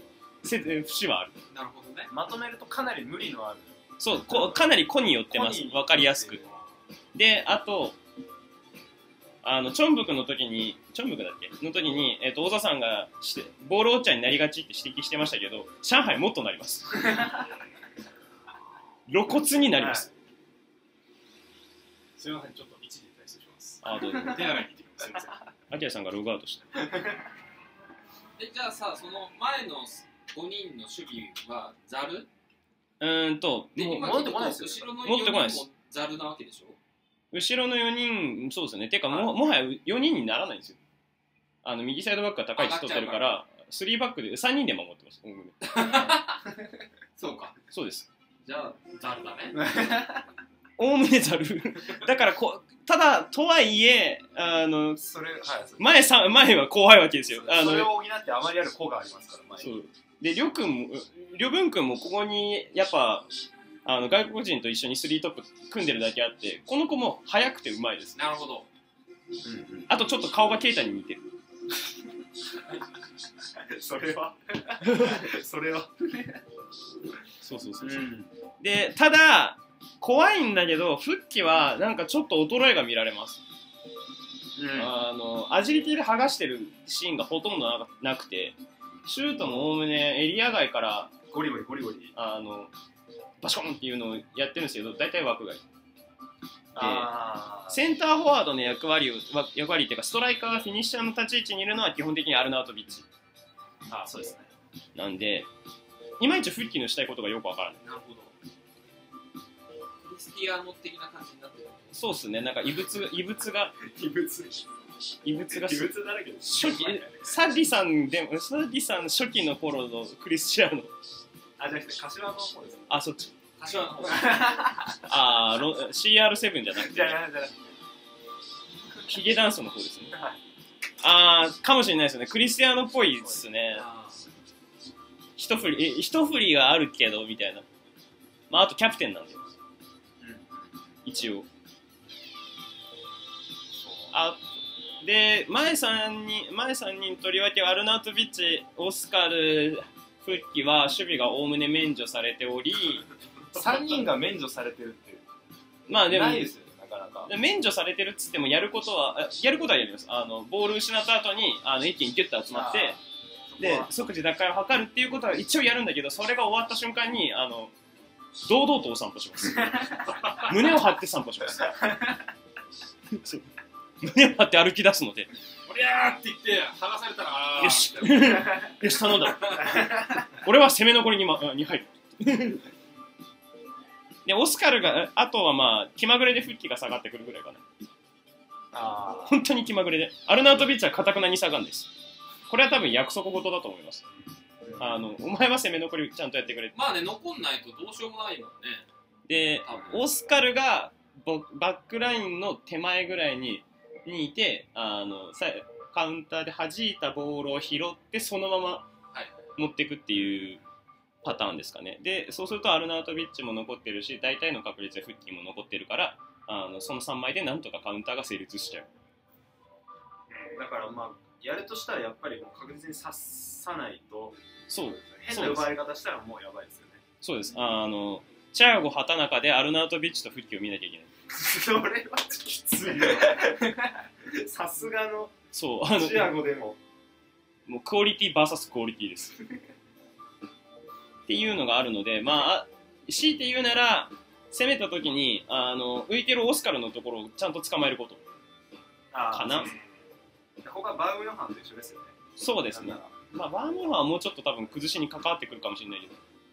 せ節はある。 なるほどね。 まとめるとかなり無理のある。 そうこかなり個によってます分かりやすく。であとあのチョンブクの時にチョンブクだっけの時に、えー、と王座さんがしてボールウォッチャーになりがちって指摘してましたけど、上海もっとなります露骨になります、 はい、すみませんちょっと一時退出します。 あどうぞ手洗いに行ってきます。すみません。 アキラさんがログアウトしたえじゃあさ、その前のごにんの守備はザルうーんとで、 もう今戻ってこないですよ後ろの戻ってこないよにんですもザルなわけでしょ。 後ろのよにんそうですねてかもはいもはやよにんにならないんですよ。あの右サイドバックが高い位置取ってるからスリーバックでさんにんで守ってます。 そうか。 そうですじゃあザルだね。 おおむねざるだからこただとはいえあのそれ、はい、それ前さ前は怖いわけですよ。あのそれを補ってあまりある子がありますから、前に。 そうでりょうくんもりょぶんくんもここにやっぱあの外国人と一緒にスリートップ組んでるだけあってこの子も速くてうまいです。 なるほど。 うんうん、 あとちょっと顔がケイタに似てるそれはそれはそうそうそうそう、 うんでただ怖いんだけど復帰はなんかちょっと衰えが見られます、 うんあのアジリティで剥がしてるシーンがほとんどななくてシュートもおおむねエリア外からゴリゴリゴリゴリあのバシコンっていうのをやってるんですけど大体枠外あーセンターフォワードの役割を役割っていうかストライカーフィニッシャーの立ち位置にいるのは基本的にアルナウトビッチあそうですね。 なんでいまいち復帰のしたいことがよくわからない。 なるほど。クリスティアーノ的な感じになってる。 そうっすねなんか異物異物が異物異物が異物だらけです初期サディさんでもサディさん初期の頃のクリスチアーノあじゃなくて柏の方ですね。 あそっち柏の方。 あー シーアールセブン じゃなくてじゃあじゃあじゃヒゲダンスの方ですね。 あはいあーかもしれないですよね。クリスティアーノっぽいですね。 あ一振りえ一振りはあるけどみたいな。まああとキャプテンなんで、 うん一応あで前さんにん前さんにんとりわけアルナウトビッチオスカル復帰は守備がおおむね免除されておりさんにんが免除されてるってまあでもないですよねなかなか。 免除されてるっつってもやることはあやることはやります。あのボール失った後にあの一気にギュッと集まってで即時奪回を図るっていうことは一応やるんだけどそれが終わった瞬間にあの堂々とお散歩します胸を張って散歩しますそう胸を張って歩き出すのでおりゃーって言って剥がされたらあーよしみたいなよし頼んだ俺は攻め残りに、ま、に入るでオスカルがあとはまあ気まぐれで復帰が下がってくるぐらいかな。 あ本当に気まぐれでアルナウトビッチは堅くなに下がるんです。これは多分約束事だと思います。あのお前は攻め残りちゃんとやってくれって。 まあね、残んないとどうしようもないもんね。 で多分オスカルがボバックラインの手前ぐらいににいてあのさカウンターで弾いたボールを拾ってそのままはい持っていくっていうパターンですかね。でそうするとアルナウトビッチも残ってるし大体の確率でフッキーも残ってるからあのそのさんまいでなんとかカウンターが成立しちゃう。 ーだからまあやるとしたらやっぱりもう確実に刺さないとそう変な奪われ方したらもうやばいですよね。 そうですあのチャアゴ畑中でアルナウトビッチとフッキーを見なきゃいけない。 それはきついよさすがのそうあのチアゴでももうクオリティ ブイエス クオリティですっていうのがあるので、まあ強いて言うなら攻めた時にあの浮いてるオスカルのところをちゃんと捕まえることかな。 ここはバウムヨハンと一緒ですよね。 そうですね。まあバーミンハはもうちょっと多分崩しに関わってくるかもしれないけ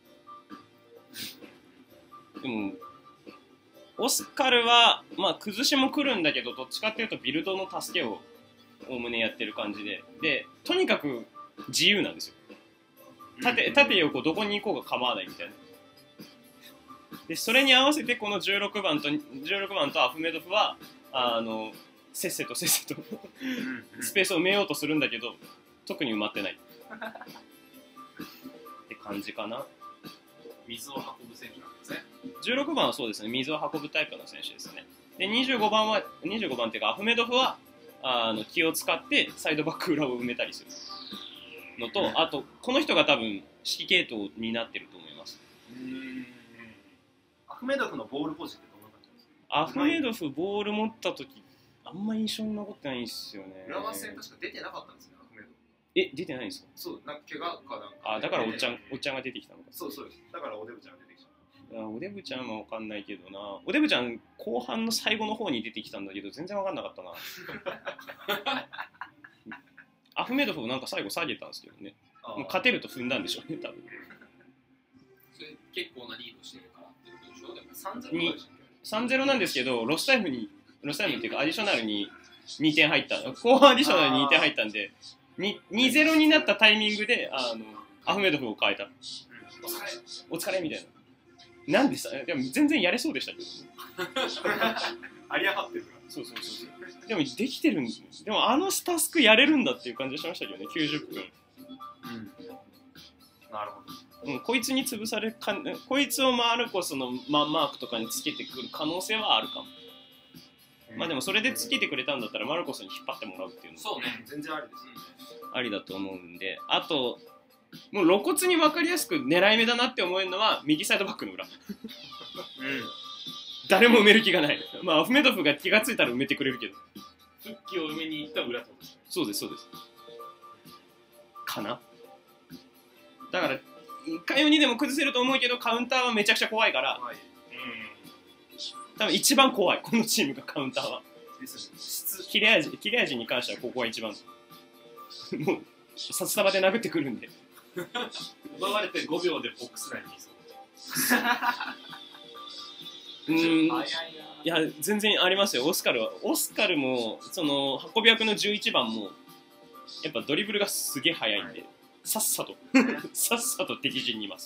どでもオスカルはまあ崩しも来るんだけどどっちかっていうとビルドの助けをおおむねやってる感じででとにかく自由なんですよ。縦縦横どこに行こうが構わないみたいな。でそれに合わせてこのじゅうろくばんとじゅうろくばんとアフメドフはあのせっせとせっせとスペースを埋めようとするんだけど特に埋まってないって感じかな。 水を運ぶ選手なんですね。 じゅうろくばんはそうですね水を運ぶタイプの選手ですね。でにじゅうごばんはにじゅうごばんっていうかアフメドフはあの気を使ってサイドバック裏を埋めたりする。 のと、あとこの人が多分指揮系統になってると思います。 うーん。アフメドフのボール保持ってどんな感じですか？ アフメドフボール持った時あんま印象に残ってないんですよね。 浦和戦確か出てなかったんですね、アフメドフ。 え、出てないんですか？ そう、なんか怪我かなんか。 あ、だからおっちゃんおっちゃんが出てきたのか。 そうそうです。だからおデブちゃんが出てきた。 おデブちゃんは分かんないけどな。おデブちゃん後半の最後の方に出てきたんだけど全然分かんなかったな。アフメドフなんか最後下げたんですけどね。もう勝てると踏んだんでしょうね、多分。 それ結構なリードしてるからっていうことでしょ。でもさんゼロとかでしたっけ？ さんゼロなんですけど、ロスタイムに、ロスタイムっていうかアディショナルににてん入った。後半アディショナルににてん入ったんで、にゼロになったタイミングで、あの、アフメドフを変えた。 お疲れ。 お疲れみたいな。なんでさ、でも全然やれそうでしたけどね。 ありあがってるから。 そうそうそうそう。でもできてるんです。でもあのスタスクやれるんだっていう感じがしましたけどね、きゅうじゅっぷん。 うん。なるほど。 うん、こいつに潰されかこいつをマルコスのマンマークとかにつけてくる可能性はあるかも。うん、まあでもそれでつけてくれたんだったらマルコスに引っ張ってもらうっていうのそうね、 全然ありですよね。 ありだと思うんで、あともう露骨に分かりやすく狙い目だなって思えるのは右サイドバックの裏。うん、誰も埋める気がない。まあアフメドフが気がついたら埋めてくれるけど。 フッキーを埋めに行った裏ってことですね。 そうですそうです。かな。だからいっかいにでも崩せると思うけどカウンターはめちゃくちゃ怖いから、はい、うん、多分一番怖いこのチームがカウンターは。切れ味切れ味に関してはここが一番もう札束で殴ってくるんで奪われてごびょうでボックス内にいそう。 うん、いや全然ありますよ。オスカルはオスカルもその運び役のじゅういちばんもやっぱドリブルがすげえ速いんで、さっさとさっさと敵陣にいます。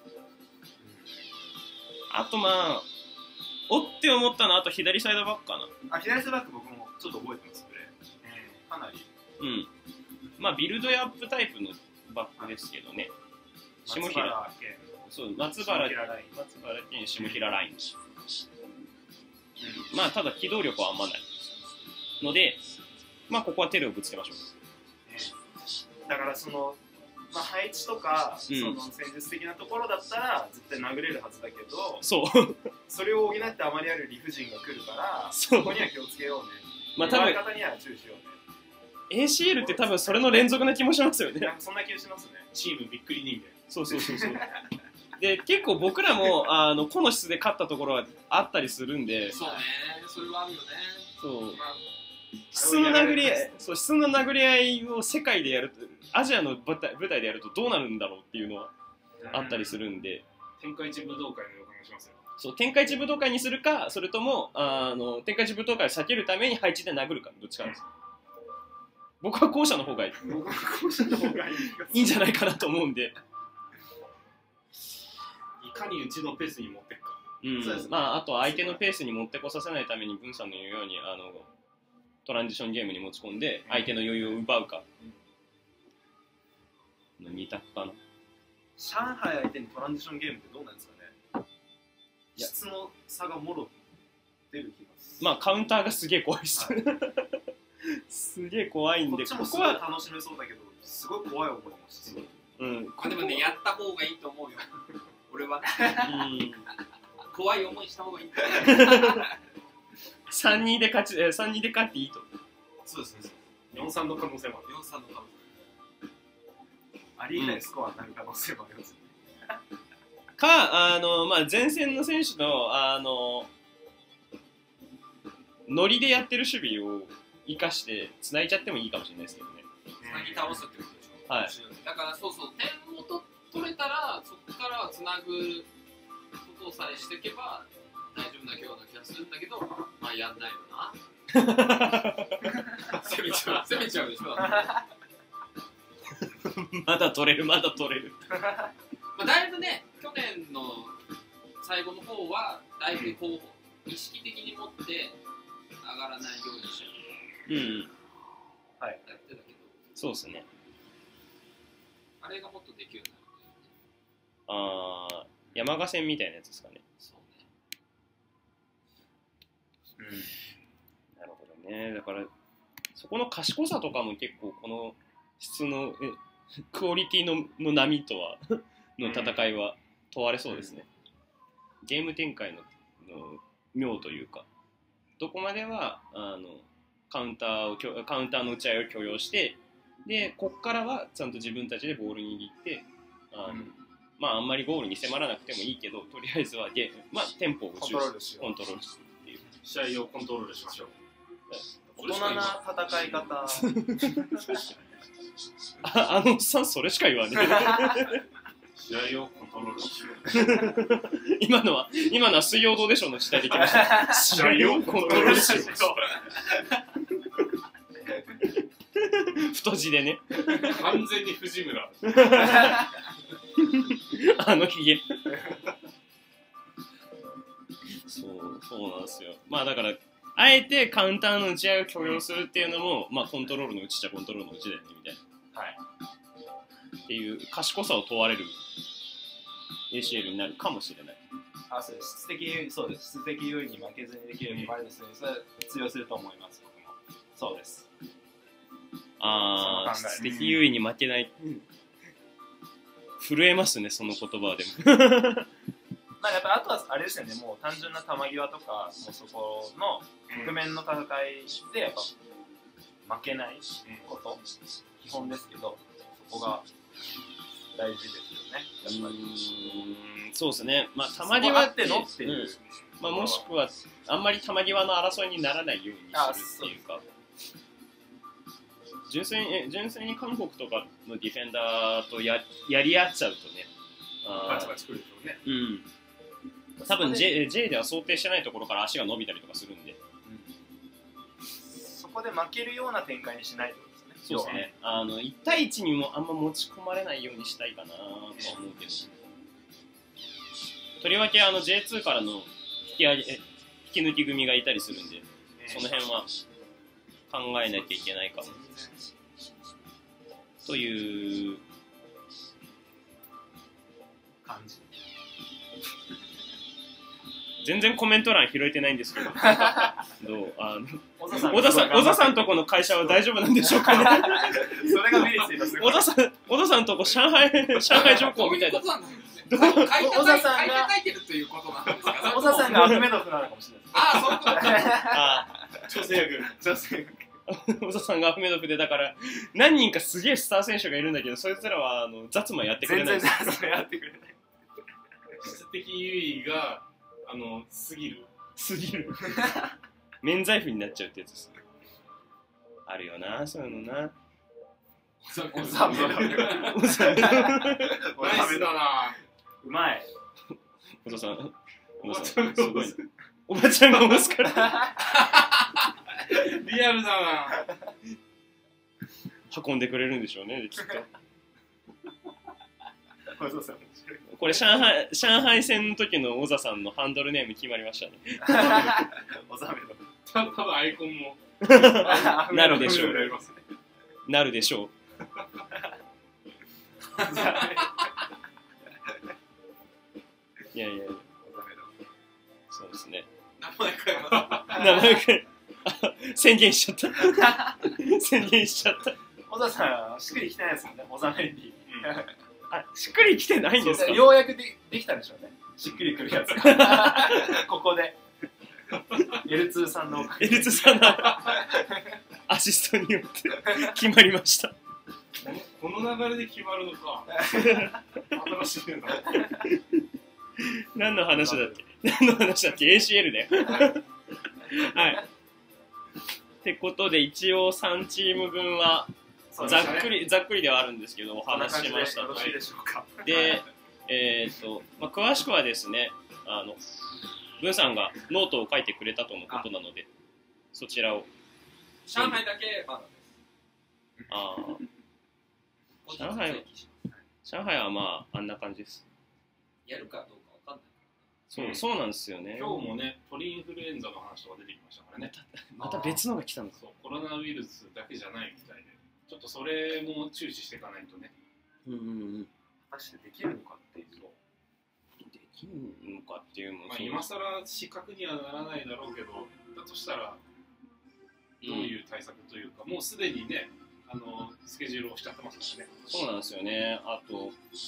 あとまあおって思ったのはあと左サイドバックかな。 あ、左サイドバック僕もちょっと覚えてますプレー、かなり、 うん、まあビルドアップタイプのバックですけどね。下平兼そう松原松原兼下平ライン、うん、まあただ機動力はあんまないので、まあここはテレをぶつけましょう。 だからその、まあ、配置とか、うん、その戦術的なところだったら絶対殴れるはずだけど、 そうそれを補ってあまりある理不尽が来るから、 そこには気をつけようね。 まあ多分方には注意しようね。 エーシーエル って多分それの連続な気もしますよね。 なんかそんな気がしますね。 チームびっくり人間。 そうそうそうそうで結構僕らもあのこの質で勝ったところはあったりするんで。 そうね、それはあるよね。 そう、まあ質の殴り合い、そう質の殴り合いを世界でやると、アジアの舞台、舞台でやるとどうなるんだろうっていうのはあったりするんで、 天下一武道会の予感がしますよ。 そう天下一武道会にするか、それともあの天下一武道会を避けるために配置で殴るか、どっちかです。僕は後者の方がいい。 僕は後者の方がいい。 いいんじゃないかなと思うんで。 いかにうちのペースに持っていくか。 うん、まああと相手のペースに持ってこさせないために文さんの言うようにあの。トランジションゲームに持ち込んで相手の余裕を奪うかのに択かな。 上海相手にトランジションゲームってどうなんですかね。質の差がもろ出る気がする。 まあカウンターがすげえ怖いっす、はい、すげえ怖いんで、 こっちもすごい楽しめそうだけどすごい怖い思いもして、 うん、 あでもねやった方がいいと思うよ俺は、うん、怖い思いした方がいいさんにんで勝ち、えー、さんにんで勝っていいと。 そうですね。 よんたいさんの可能性もある。 よんたいさんの可能性ありえないスコアになる可能性もあります、ね、 うん、か、あの、まあ、前線の選手の、あの、ノリでやってる守備を生かして繋いちゃってもいいかもしれないですけどね。 繋ぎ倒すってことでしょ。 はい。 だからそうそう、点をと取れたら、そこからは繋ぐことさえしていけば、大丈夫な今日な気がするんだけど、まあやんないよな。攻めちゃう、攻めちゃうでしょ。 まだ取れる、まだ取れる。 まあだいぶね、去年の最後の方は、だいぶこう、意識的に持って上がらないようにしよう。うん。はい。やってたけど。 そうですね。 あれがもっとできるようになる。 ああ、山賀線みたいなやつですかね。うん、なるほどね。だからそこの賢さとかも結構この質のえクオリティのの波とはの戦いは問われそうですね。ゲーム展開のの妙というか、どこまではあのカウンターをカウンターの打ち合いを許容して、でこっからはちゃんと自分たちでボールに握ってあの、うん、まああんまりゴールに迫らなくてもいいけど、とりあえずはゲーム、まあ、テンポをコントロールしよう、コントロールするっていう、 試合をコントロールしましょう。 大人な戦い方あ, あのおっさんそれしか言わねえ試合をコントロールしよう今のは今のは水曜どうでしょうの時代できました試合をコントロールしよう太字でね、 完全に藤村あのひげそうそうなんですよ。まあだからあえてカウンターの打ち合いを許容するっていうのも、まあコントロールのうちじゃコントロールのうちだよねみたいな、はい、っていう賢さを問われる エーシーエル になるかもしれない。 あ、そうです。質的そうです。質的優位に負けずにできるバイオレンスに通用すると思います。僕もそうです。 ああ、質的優位に負けない、うん、震えますねその言葉でもまあやっぱあとはあれですよね、もう単純な球際とか、もうそこの局面の戦いでやっぱ負けないこと、基本ですけど、そこが大事ですよね、やっぱり。 うーん、そうですね、まあ球際ってのっていう、 うん、 まあ、もしくはあんまり球際の争いにならないようにするっていうか、純粋に純粋に韓国とかのディフェンダーと や, やり合っちゃうとね、 バチバチくるでしょうね。 うん。多分 J, J では想定してないところから足が伸びたりとかするんで、うん、 そこで負けるような展開にしないとですね。 そうですね。あのいち対いちにもあんま持ち込まれないようにしたいかなとは思うけど、とりわけあの ジェイツー からの引き上げ引き抜き組がいたりするんで、その辺は考えなきゃいけないかもという感じ。 全然コメント欄拾えてないんですけどどうあの小田さん、小田さんとこの会社は大丈夫なんでしょうかねそれがメリットです。 小田さん、小田さんとこ上海上海条項みたいな。 小田さんが書いてるということなんですか。 小田さんがアフメドフなのかもしれない。 ああ、そういうことか。 ああ、 調整役、調整役。 小田さんがアフメドフで、だから何人かすげえスター選手がいるんだけど、そいつらはあの雑務やってくれない。 全然雑務やってくれない。 質的優位があの過ぎる過ぎる免罪符になっちゃうってやつです。あるよな、そういうのな。 おさめだ。 おさめだな。 うまい。 お父さん、 おばちゃんが押す。 おばちゃんが押すから。 リアルだな。 運んでくれるんでしょうね、きっと。これ上海、上海戦の時の小田さんのハンドルネーム決まりましたね。 おさめの。 たぶんアイコンもなるでしょう。なるでしょう。いやいや、そうですね。 名前変えます。 名前変え、宣言しちゃった。宣言しちゃった。 小田さん、しっくりきてないですもんね、おざめに。 あ、しっくりきてないんですか。 ようやく で, できたんでしょうね。しっくりくるやつ。ここで。エルツー さんの。 エルツー さんのアシストによって決まりました。 この流れで決まるのか。新しいな。 何の話だっけ。何の話だっけ。エーシーエル で。はい。ってことで一応さんチーム分は。ざっくりざっくりではあるんですけどお話ししましたと。で、えーとまあ、詳しくはですね、あの文さんがノートを書いてくれたとのことなので、そちらを。 上海だけまだです。 ああ、上海上海はまああんな感じです。 やるかどうかわかんない。 そう、うん、そうなんですよね。 今日もね、鳥インフルエンザの話とか出てきましたからね。 また、また別のが来たのか。 そう、コロナウイルスだけじゃないみたいで。ちょっとそれも注視していかないとね。 うんうんうん。 果たしてできるのかっていう。 できるのかっていうのも、 まあ、今更失格にはならないだろうけど、だとしたらどういう対策というか、うん、もうすでにね、 あのスケジュールをしちゃってますからね。 そうなんですよね。あと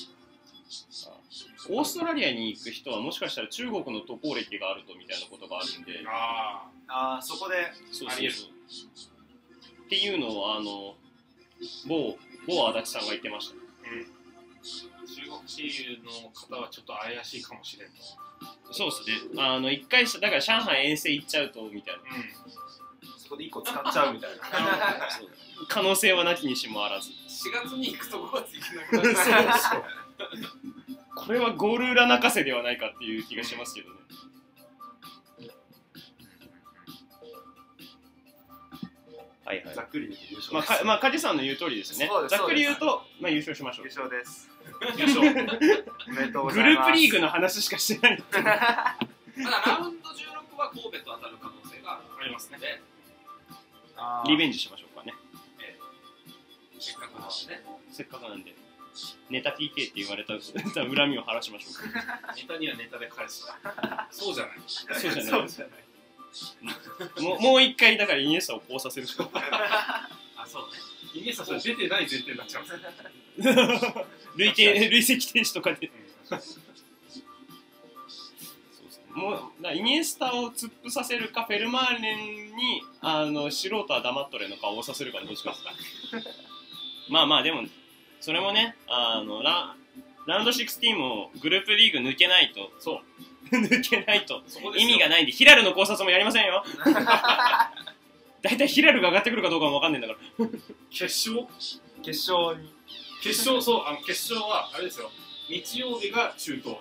オーストラリアに行く人はもしかしたら中国の渡航歴があるとみたいなことがあるんで、 あああそこでそうそうそうっていうのをあの某某足立さんが言ってました。 うん、中国人の方はちょっと怪しいかもしれんと。 そうですね。あの一回だから上海遠征行っちゃうとみたいな、 うん、そこでいっこ使っちゃうみたいな可能性はなきにしもあらず。 しがつに行くとごがつ行けなくなるそうそうこれはゴール裏泣かせではないかっていう気がしますけどね。はいはい。 ざっくり言うと優勝です。 まあかまあ梶さんの言う通りですね。ざっくり言うとまあ優勝しましょう。 優勝です。 優勝。 おめでとうごグざいます。 ループリーグの話しかしてない。 まだラウンドじゅうろくは神戸と当たる可能性がありますね。 リベンジしましょうかね。 ええ、せっかくなんでね。 せっかくなんで。ネタ ピーケー って言われた恨みを晴らしましょう。 ネタにはネタで返す。そうじゃない。 そうじゃない。 そうじゃないもうもう一回だからイニエスタをこうさせるしか。 あ、そうね。 イニエスタそれ出てない前提になっちゃうんですよ。 累計累積停止とかで。そうですね。もうだイニエスタを突っ伏させるかフェルマーレンにあの素人は黙っとれの顔をさせるかのどっちかですか。まあまあでも。それもね、あの ラ, ラウンドじゅうろくもグループリーグ抜けないと、そう抜けないと意味がないんで、ヒラルの考察もやりませんよ。だいたいヒラルが上がってくるかどうかも分かんないんだから。 決勝決勝に決勝そうあの決勝はあれですよ。日曜日が中東。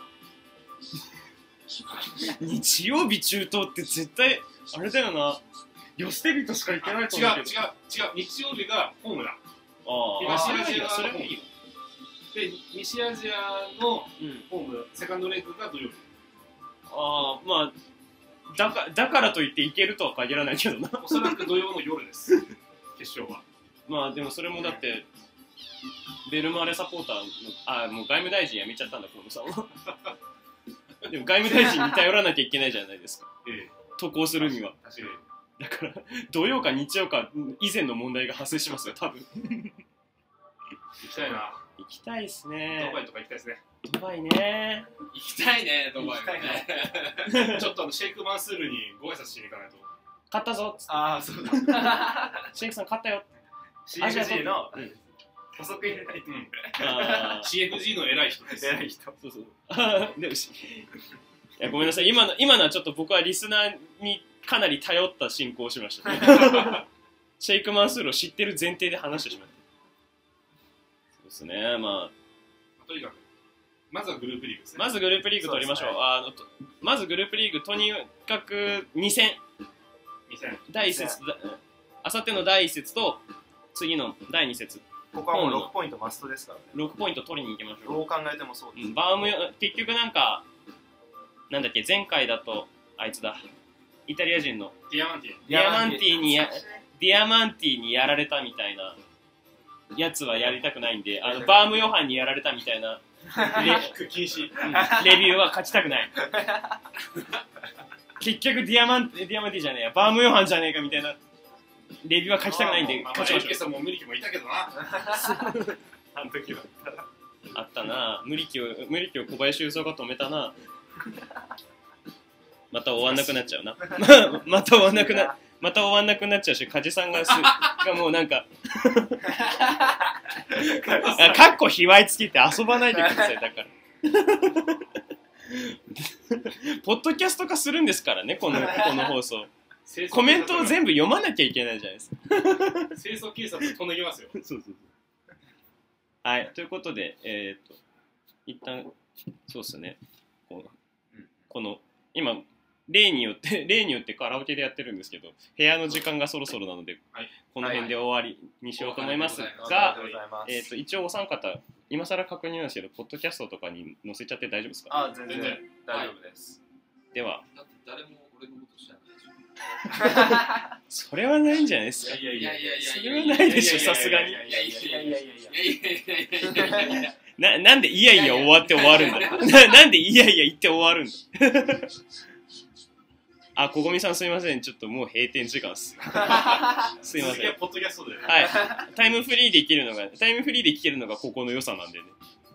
日曜日中東って絶対あれだよな。ヨステビトしか行けないと思うけど。 違う違う違う日曜日がホームだ。 あ東アジアそれもいいよ。 で西アジアのホーム、うん、セカンドレッグが土曜日。 ああまあだかだからといって行けるとは限らないけどな。 おそらく土曜の夜です。決勝は。 まあでもそれもだって、ベルマーレサポーターのあもう外務大臣辞めちゃったんだ河野さんは。でも外務大臣に頼らなきゃいけないじゃないですか。 ええ、 渡航するには。 確かに。 だから土曜か日曜か以前の問題が発生しますよ多分。 行きたいな。 行きたいですね。 ドバイとか行きたいですね。 ドバイね。 行きたいね、ドバイね。 ちょっとあのシェイクマンスールにご挨拶しに行かないと。 買ったぞっつって。 ああそうだ。 シェイクさん買ったよ。 シーエフジー の補足入れないと。 シーエフジー の偉い人です。 偉い人。 そうそう。でもしいやごめんなさい今の今のはちょっと僕はリスナーにかなり頼った進行をしました、ね。シェイクマンスールを知ってる前提で話してしまった。そうですね、まあ。 とにかく、まずはグループリーグですね。 まずグループリーグ取りましょう。う、ね、あのまずグループリーグとにかくに戦。 に戦。 だいいっ節、あさってのだいいっ節と次のだいに節。 ここはもうろくポイントマストですからね。 ろくポイント取りに行きましょう。 どう考えてもそうです。 うん、バーム結局なんかなんだっけ前回だとあいつだイタリア人のディアマンティディアマンティにやディアマンティにやられたみたいなやつはやりたくないんで、あのバームヨハンにやられたみたいなレ, 禁止、 うん、レビューは書きたくない。結局ディアマンディアマンティじゃねえやバームヨハンじゃねえかみたいなレビューは書きたくないんで勝ちましょう。エルケさんも無力もいたけどな。 あの時はあったな。無力を無力を小林雄三が止めたな。また終わんなくなっちゃうな。また終わんなくなまた終わんなくなっちゃうし、梶さんがすがもうなんかかっこ卑猥つけて遊ばないでくださいだから。ポッドキャスト化するんですからねこのこの放送。コメントを全部読まなきゃいけないじゃないですか。 清掃警察飛んできますよ。 そうそうそう。はい、ということで、えー、と一旦そうですね。この、うん、この今例によって例によってカラオケでやってるんですけど、部屋の時間がそろそろなので、はい、この辺で終わりにしようと思いますが、えー、と一応お三方今更確認なんですけど、ポッドキャストとかに載せちゃって大丈夫ですか？ あ、全然大丈夫です。 はい、では。 だって誰も俺のこと知らない。 それはないんじゃないですか。 いやいやいやいやそれはないでしょさすがに。 いやいやいやいやいやいやななんでいやいや終わって終わるんだ。ななんでいやいや言って終わるんだ。 あ、こごみさんすみません、ちょっともう閉店時間っす。すいません。 ポッドキャストで、ね、 はい。タイムフリーで聞けるのが、タイムフリーで聞けるのがここの良さなんでね。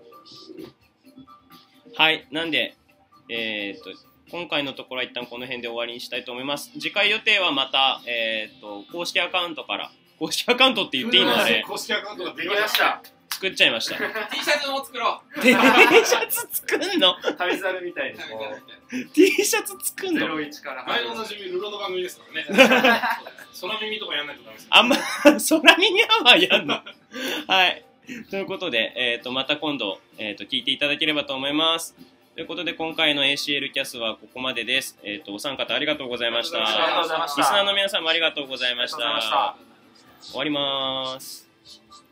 はい、なんで、えー、っと、今回のところは一旦この辺で終わりにしたいと思います。次回予定はまた、えー、っと、公式アカウントから、公式アカウントって言っていいのあれ、 公式アカウントができました。 作っちゃいました。 T シャツも作ろう。 T シャツ作んの？ 旅猿みたいにこう T シャツ作んの？ ゼロイチから前のおなじみルロの番組ですからね。空耳とかやんないとダメですよ。 あんま空耳アワーやんの。はい。ということで、えっとまた今度えっと聞いていただければと思います。ということで今回の エーシーエル キャスはここまでです。えっとお三方ありがとうございました。 ありがとうございました。 リスナーの皆さんもありがとうございました。 ありがとうございました。 終わります。